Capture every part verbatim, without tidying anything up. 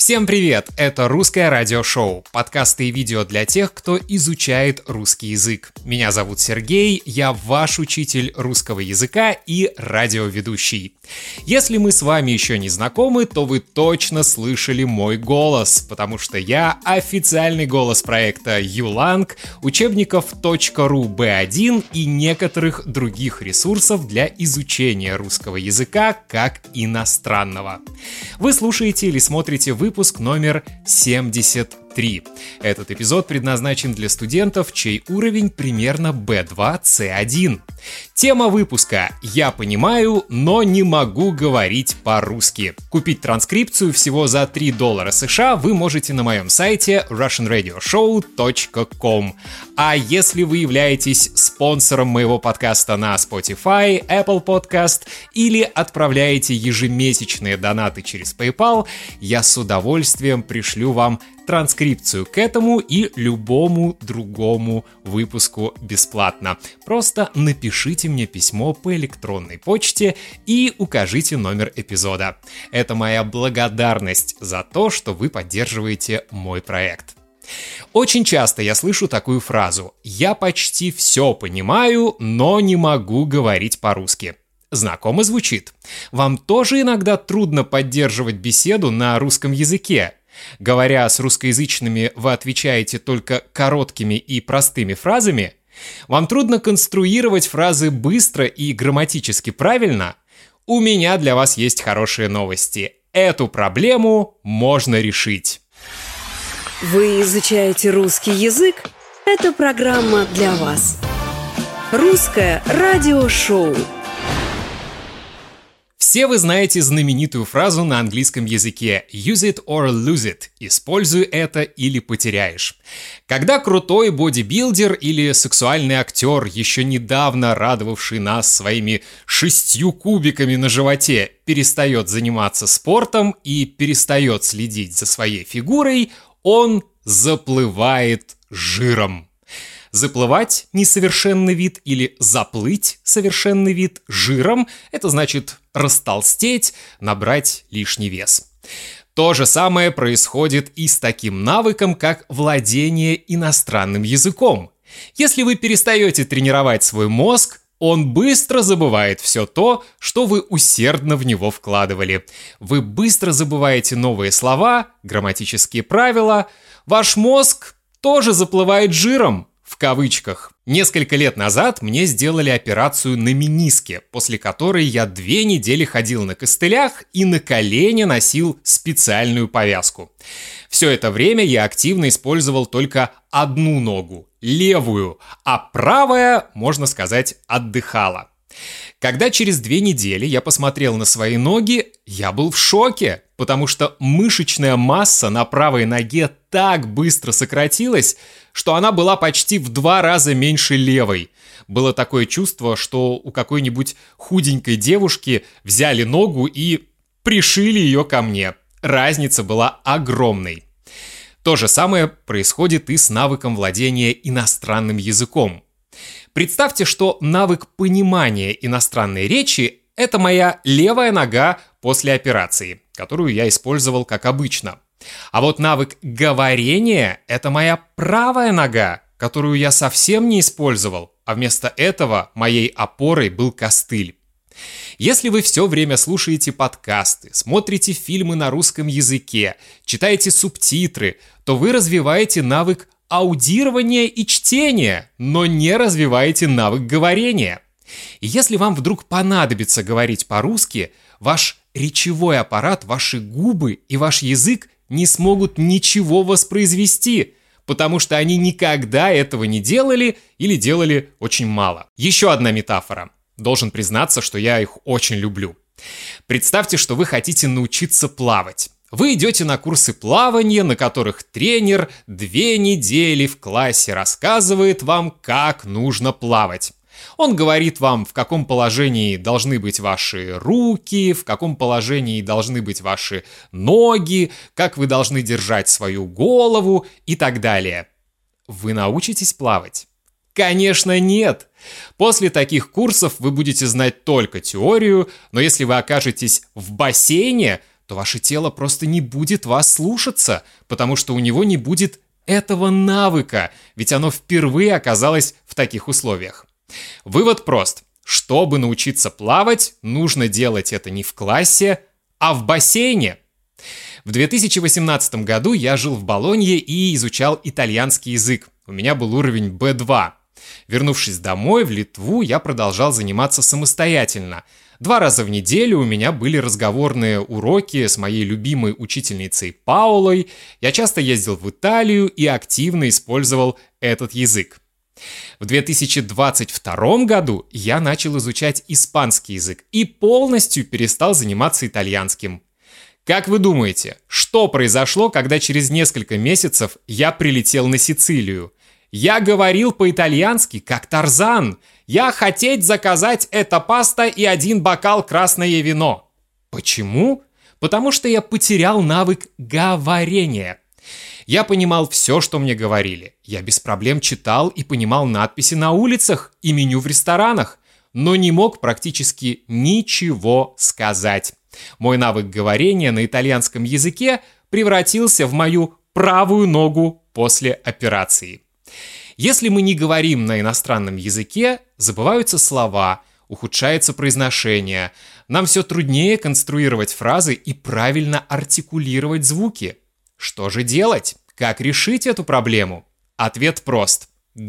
Всем привет! Это «Русское радиошоу», подкасты и видео для тех, кто изучает русский язык. Меня зовут Сергей, я ваш учитель русского языка и радиоведущий. Если мы с вами еще не знакомы, то вы точно слышали мой голос, потому что я официальный голос проекта Юланг, учебников .ру би один и некоторых других ресурсов для изучения русского языка как иностранного. Вы слушаете или смотрите выпуск номер семьдесят три. Этот эпизод предназначен для студентов, чей уровень примерно би два си один. Тема выпуска «Я понимаю, но не могу говорить по-русски». Купить транскрипцию всего за три доллара США вы можете на моем сайте russian radio show точка com. А если вы являетесь спонсором моего подкаста на Spotify, Apple Podcast или отправляете ежемесячные донаты через PayPal, я с удовольствием пришлю вам транскрипцию к этому и любому другому выпуску бесплатно. Просто напишите мне письмо по электронной почте и укажите номер эпизода. Это моя благодарность за то, что вы поддерживаете мой проект. Очень часто я слышу такую фразу: «Я почти все понимаю, но не могу говорить по-русски». Знакомо звучит? Вам тоже иногда трудно поддерживать беседу на русском языке? Говоря с русскоязычными, вы отвечаете только короткими и простыми фразами? Вам трудно конструировать фразы быстро и грамматически правильно? У меня для вас есть хорошие новости. Эту проблему можно решить. Вы изучаете русский язык? Это программа для вас. Русское радиошоу. Все вы знаете знаменитую фразу на английском языке «use it or lose it» – «используй это или потеряешь». Когда крутой бодибилдер или сексуальный актер, еще недавно радовавший нас своими шестью кубиками на животе, перестает заниматься спортом и перестает следить за своей фигурой, он заплывает жиром. Заплывать несовершенный вид или заплыть совершенный вид жиром – это значит растолстеть, набрать лишний вес. То же самое происходит и с таким навыком, как владение иностранным языком. Если вы перестаете тренировать свой мозг, он быстро забывает все то, что вы усердно в него вкладывали. Вы быстро забываете новые слова, грамматические правила. Ваш мозг тоже заплывает жиром. В кавычках. Несколько лет назад мне сделали операцию на мениске, после которой я две недели ходил на костылях и на колени носил специальную повязку. Все это время я активно использовал только одну ногу, левую, а правая, можно сказать, отдыхала. Когда через две недели я посмотрел на свои ноги, я был в шоке, потому что мышечная масса на правой ноге так быстро сократилась, что она была почти в два раза меньше левой. Было такое чувство, что у какой-нибудь худенькой девушки взяли ногу и пришили ее ко мне. Разница была огромной. То же самое происходит и с навыком владения иностранным языком. Представьте, что навык понимания иностранной речи – это моя левая нога после операции, которую я использовал как обычно. А вот навык говорения – это моя правая нога, которую я совсем не использовал, а вместо этого моей опорой был костыль. Если вы все время слушаете подкасты, смотрите фильмы на русском языке, читаете субтитры, то вы развиваете навык аудирования и чтения, но не развиваете навык говорения. И если вам вдруг понадобится говорить по-русски, ваш речевой аппарат, ваши губы и ваш язык не смогут ничего воспроизвести, потому что они никогда этого не делали или делали очень мало. Еще одна метафора. Должен признаться, что я их очень люблю. Представьте, что вы хотите научиться плавать. Вы идете на курсы плавания, на которых тренер две недели в классе рассказывает вам, как нужно плавать. Он говорит вам, в каком положении должны быть ваши руки, в каком положении должны быть ваши ноги, как вы должны держать свою голову и так далее. Вы научитесь плавать? Конечно, нет. После таких курсов вы будете знать только теорию, но если вы окажетесь в бассейне, то ваше тело просто не будет вас слушаться, потому что у него не будет этого навыка, ведь оно впервые оказалось в таких условиях. Вывод прост. Чтобы научиться плавать, нужно делать это не в классе, а в бассейне. В две тысячи восемнадцатом году я жил в Болонье и изучал итальянский язык. У меня был уровень бэ два. Вернувшись домой, в Литву, я продолжал заниматься самостоятельно. Два раза в неделю у меня были разговорные уроки с моей любимой учительницей Паулой. Я часто ездил в Италию и активно использовал этот язык. В две тысячи двадцать втором году я начал изучать испанский язык и полностью перестал заниматься итальянским. Как вы думаете, что произошло, когда через несколько месяцев я прилетел на Сицилию? Я говорил по-итальянски, как Тарзан. Я хотеть заказать это паста и один бокал красное вино. Почему? Потому что я потерял навык говорения. Я понимал все, что мне говорили. Я без проблем читал и понимал надписи на улицах и меню в ресторанах, но не мог практически ничего сказать. Мой навык говорения на итальянском языке превратился в мою правую ногу после операции. Если мы не говорим на иностранном языке, забываются слова, ухудшается произношение, нам все труднее конструировать фразы и правильно артикулировать звуки. Что же делать? Как решить эту проблему? Ответ прост.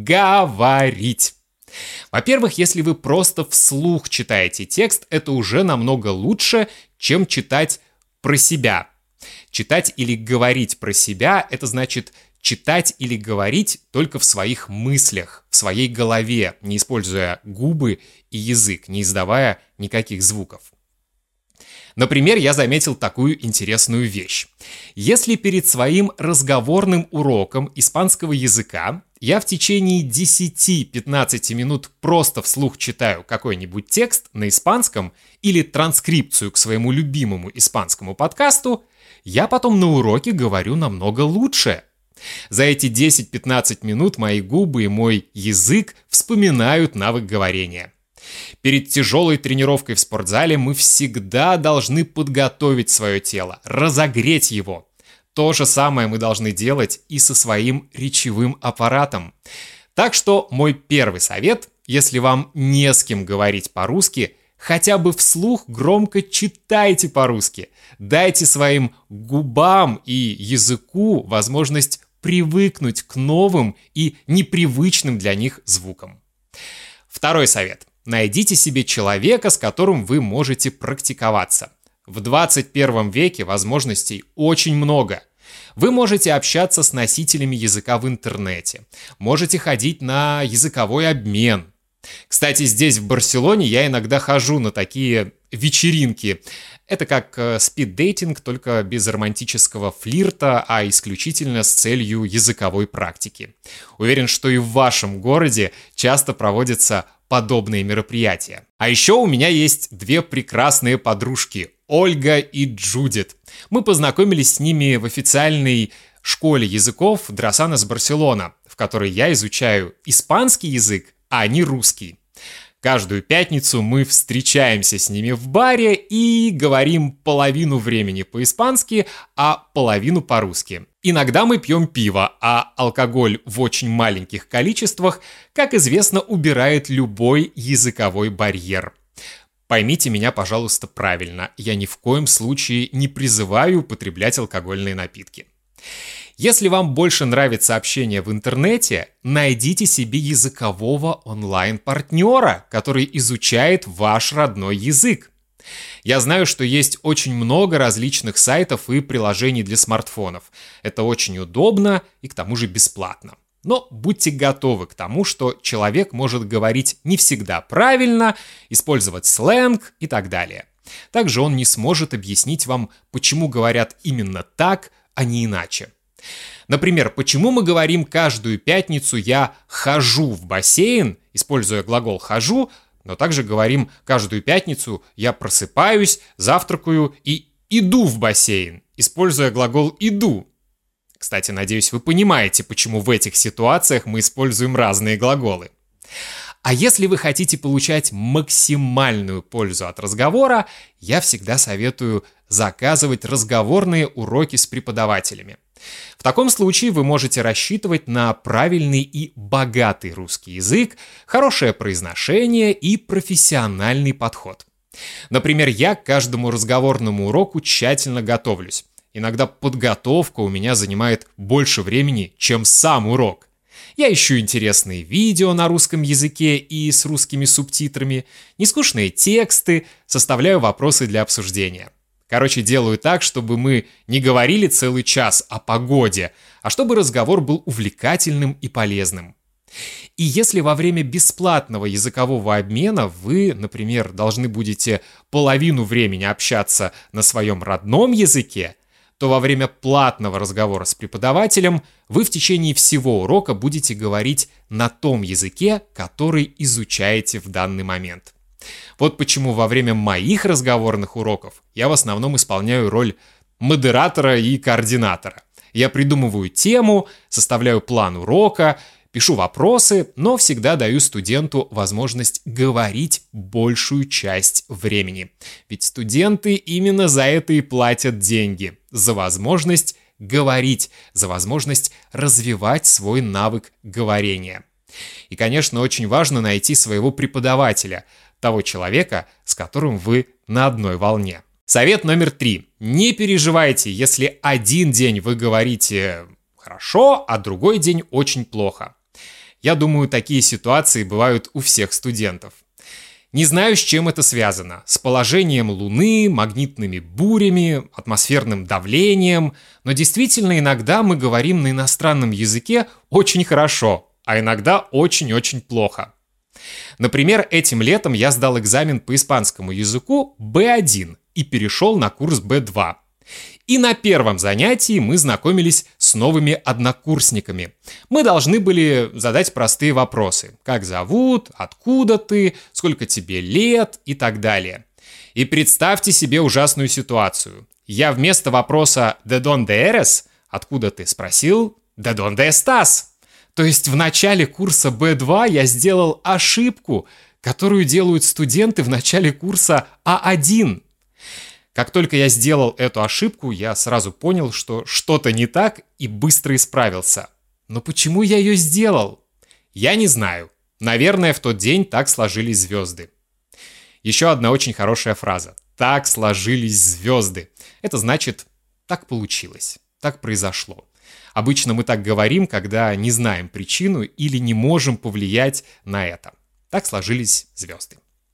Говорить. Во-первых, если вы просто вслух читаете текст, это уже намного лучше, чем читать про себя. Читать или говорить про себя – это значит читать или говорить только в своих мыслях, в своей голове, не используя губы и язык, не издавая никаких звуков. Например, я заметил такую интересную вещь. Если перед своим разговорным уроком испанского языка я в течение десяти-пятнадцати минут просто вслух читаю какой-нибудь текст на испанском или транскрипцию к своему любимому испанскому подкасту, я потом на уроке говорю намного лучше. За эти десять-пятнадцать минут мои губы и мой язык вспоминают навык говорения. Перед тяжелой тренировкой в спортзале мы всегда должны подготовить свое тело, разогреть его. То же самое мы должны делать и со своим речевым аппаратом. Так что мой первый совет, если вам не с кем говорить по-русски, хотя бы вслух громко читайте по-русски. Дайте своим губам и языку возможность привыкнуть к новым и непривычным для них звукам. Второй совет. Найдите себе человека, с которым вы можете практиковаться. В двадцать первом веке возможностей очень много. Вы можете общаться с носителями языка в интернете, можете ходить на языковой обмен. Кстати, здесь, в Барселоне, я иногда хожу на такие вечеринки. Это как спид-дейтинг, только без романтического флирта, а исключительно с целью языковой практики. Уверен, что и в вашем городе часто проводятся подобные мероприятия. А еще у меня есть две прекрасные подружки, Ольга и Джудит. Мы познакомились с ними в официальной школе языков Дросанес Барселона, в которой я изучаю испанский язык, а они русский. Каждую пятницу мы встречаемся с ними в баре и говорим половину времени по-испански, а половину по-русски. Иногда мы пьем пиво, а алкоголь в очень маленьких количествах, как известно, убирает любой языковой барьер. Поймите меня, пожалуйста, правильно. Я ни в коем случае не призываю употреблять алкогольные напитки. Если вам больше нравится общение в интернете, найдите себе языкового онлайн-партнера, который изучает ваш родной язык. Я знаю, что есть очень много различных сайтов и приложений для смартфонов. Это очень удобно и к тому же бесплатно. Но будьте готовы к тому, что человек может говорить не всегда правильно, использовать сленг и так далее. Также он не сможет объяснить вам, почему говорят именно так, а не иначе. Например, почему мы говорим каждую пятницу «я хожу в бассейн», используя глагол «хожу», но также говорим каждую пятницу «я просыпаюсь, завтракаю и иду в бассейн», используя глагол «иду». Кстати, надеюсь, вы понимаете, почему в этих ситуациях мы используем разные глаголы. А если вы хотите получать максимальную пользу от разговора, я всегда советую заказывать разговорные уроки с преподавателями. В таком случае вы можете рассчитывать на правильный и богатый русский язык, хорошее произношение и профессиональный подход. Например, я к каждому разговорному уроку тщательно готовлюсь. Иногда подготовка у меня занимает больше времени, чем сам урок. Я ищу интересные видео на русском языке и с русскими субтитрами, нескучные тексты, составляю вопросы для обсуждения. Короче, делаю так, чтобы мы не говорили целый час о погоде, а чтобы разговор был увлекательным и полезным. И если во время бесплатного языкового обмена вы, например, должны будете половину времени общаться на своем родном языке, то во время платного разговора с преподавателем вы в течение всего урока будете говорить на том языке, который изучаете в данный момент. Вот почему во время моих разговорных уроков я в основном исполняю роль модератора и координатора. Я придумываю тему, составляю план урока, пишу вопросы, но всегда даю студенту возможность говорить большую часть времени. Ведь студенты именно за это и платят деньги. За возможность говорить, за возможность развивать свой навык говорения. И, конечно, очень важно найти своего преподавателя, того человека, с которым вы на одной волне. Совет номер три. Не переживайте, если один день вы говорите хорошо, а другой день очень плохо. Я думаю, такие ситуации бывают у всех студентов. Не знаю, с чем это связано. С положением Луны, магнитными бурями, атмосферным давлением. Но действительно, иногда мы говорим на иностранном языке очень хорошо, а иногда очень-очень плохо. Например, этим летом я сдал экзамен по испанскому языку бэ один и перешел на курс бэ два. И на первом занятии мы знакомились с новыми однокурсниками. Мы должны были задать простые вопросы. Как зовут, откуда ты, сколько тебе лет и так далее. И представьте себе ужасную ситуацию. Я вместо вопроса «De dónde eres?» «Откуда ты?» спросил «De dónde estás?» То есть в начале курса бэ два я сделал ошибку, которую делают студенты в начале курса а один. Как только я сделал эту ошибку, я сразу понял, что что-то не так, и быстро исправился. Но почему я ее сделал? Я не знаю. Наверное, в тот день так сложились звезды. Еще одна очень хорошая фраза. Так сложились звезды. Это значит, так получилось, так произошло. Обычно мы так говорим, когда не знаем причину или не можем повлиять на это. Так сложились звезды.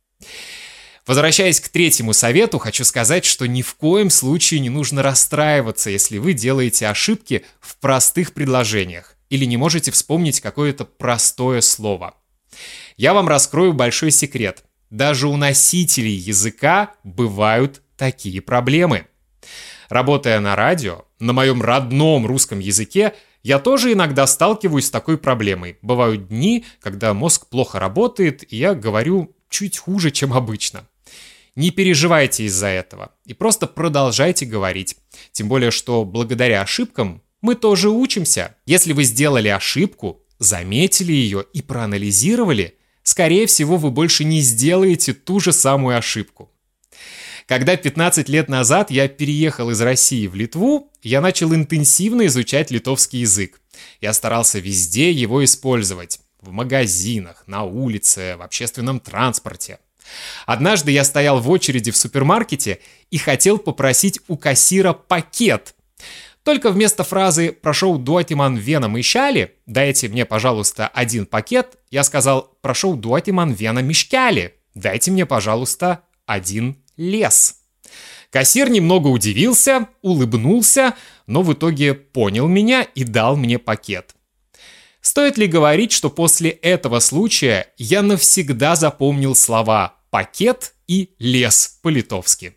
Возвращаясь к третьему совету, хочу сказать, что ни в коем случае не нужно расстраиваться, если вы делаете ошибки в простых предложениях или не можете вспомнить какое-то простое слово. Я вам раскрою большой секрет. Даже у носителей языка бывают такие проблемы. Работая на радио, на моем родном русском языке, я тоже иногда сталкиваюсь с такой проблемой. Бывают дни, когда мозг плохо работает, и я говорю чуть хуже, чем обычно. Не переживайте из-за этого и просто продолжайте говорить. Тем более, что благодаря ошибкам мы тоже учимся. Если вы сделали ошибку, заметили ее и проанализировали, скорее всего, вы больше не сделаете ту же самую ошибку. Когда пятнадцать лет назад я переехал из России в Литву, я начал интенсивно изучать литовский язык. Я старался везде его использовать. В магазинах, на улице, в общественном транспорте. Однажды я стоял в очереди в супермаркете и хотел попросить у кассира пакет. Только вместо фразы «прошу дуатиман вена мишали», «дайте мне, пожалуйста, один пакет», я сказал «прошу дуатиман вена мишкяли», «дайте мне, пожалуйста, один лес». Кассир немного удивился, улыбнулся, но в итоге понял меня и дал мне пакет. Стоит ли говорить, что после этого случая я навсегда запомнил слова «пакет» и «лес» по-литовски?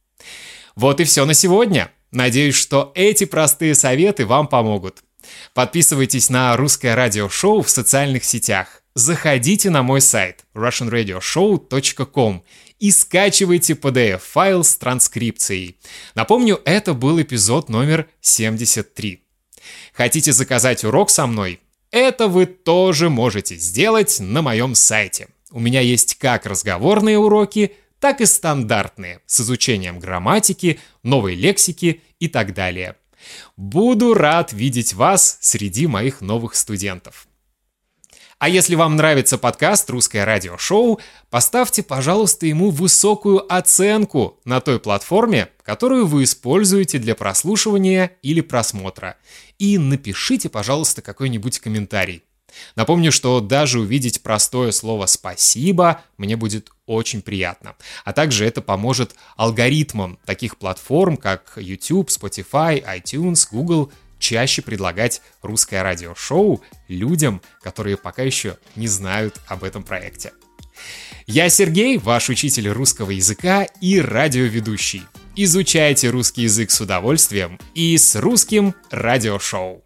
Вот и все на сегодня. Надеюсь, что эти простые советы вам помогут. Подписывайтесь на «Русское радиошоу» в социальных сетях. Заходите на мой сайт russian radio show точка com и скачивайте пи ди эф-файл с транскрипцией. Напомню, это был эпизод номер семьдесят три. Хотите заказать урок со мной? Это вы тоже можете сделать на моем сайте. У меня есть как разговорные уроки, так и стандартные, с изучением грамматики, новой лексики и так далее. Буду рад видеть вас среди моих новых студентов. А если вам нравится подкаст «Русское радиошоу», поставьте, пожалуйста, ему высокую оценку на той платформе, которую вы используете для прослушивания или просмотра. И напишите, пожалуйста, какой-нибудь комментарий. Напомню, что даже увидеть простое слово «спасибо» мне будет очень приятно. А также это поможет алгоритмам таких платформ, как YouTube, Spotify, iTunes, Google, чаще предлагать русское радиошоу людям, которые пока еще не знают об этом проекте. Я Сергей, ваш учитель русского языка и радиоведущий. Изучайте русский язык с удовольствием и с русским радиошоу.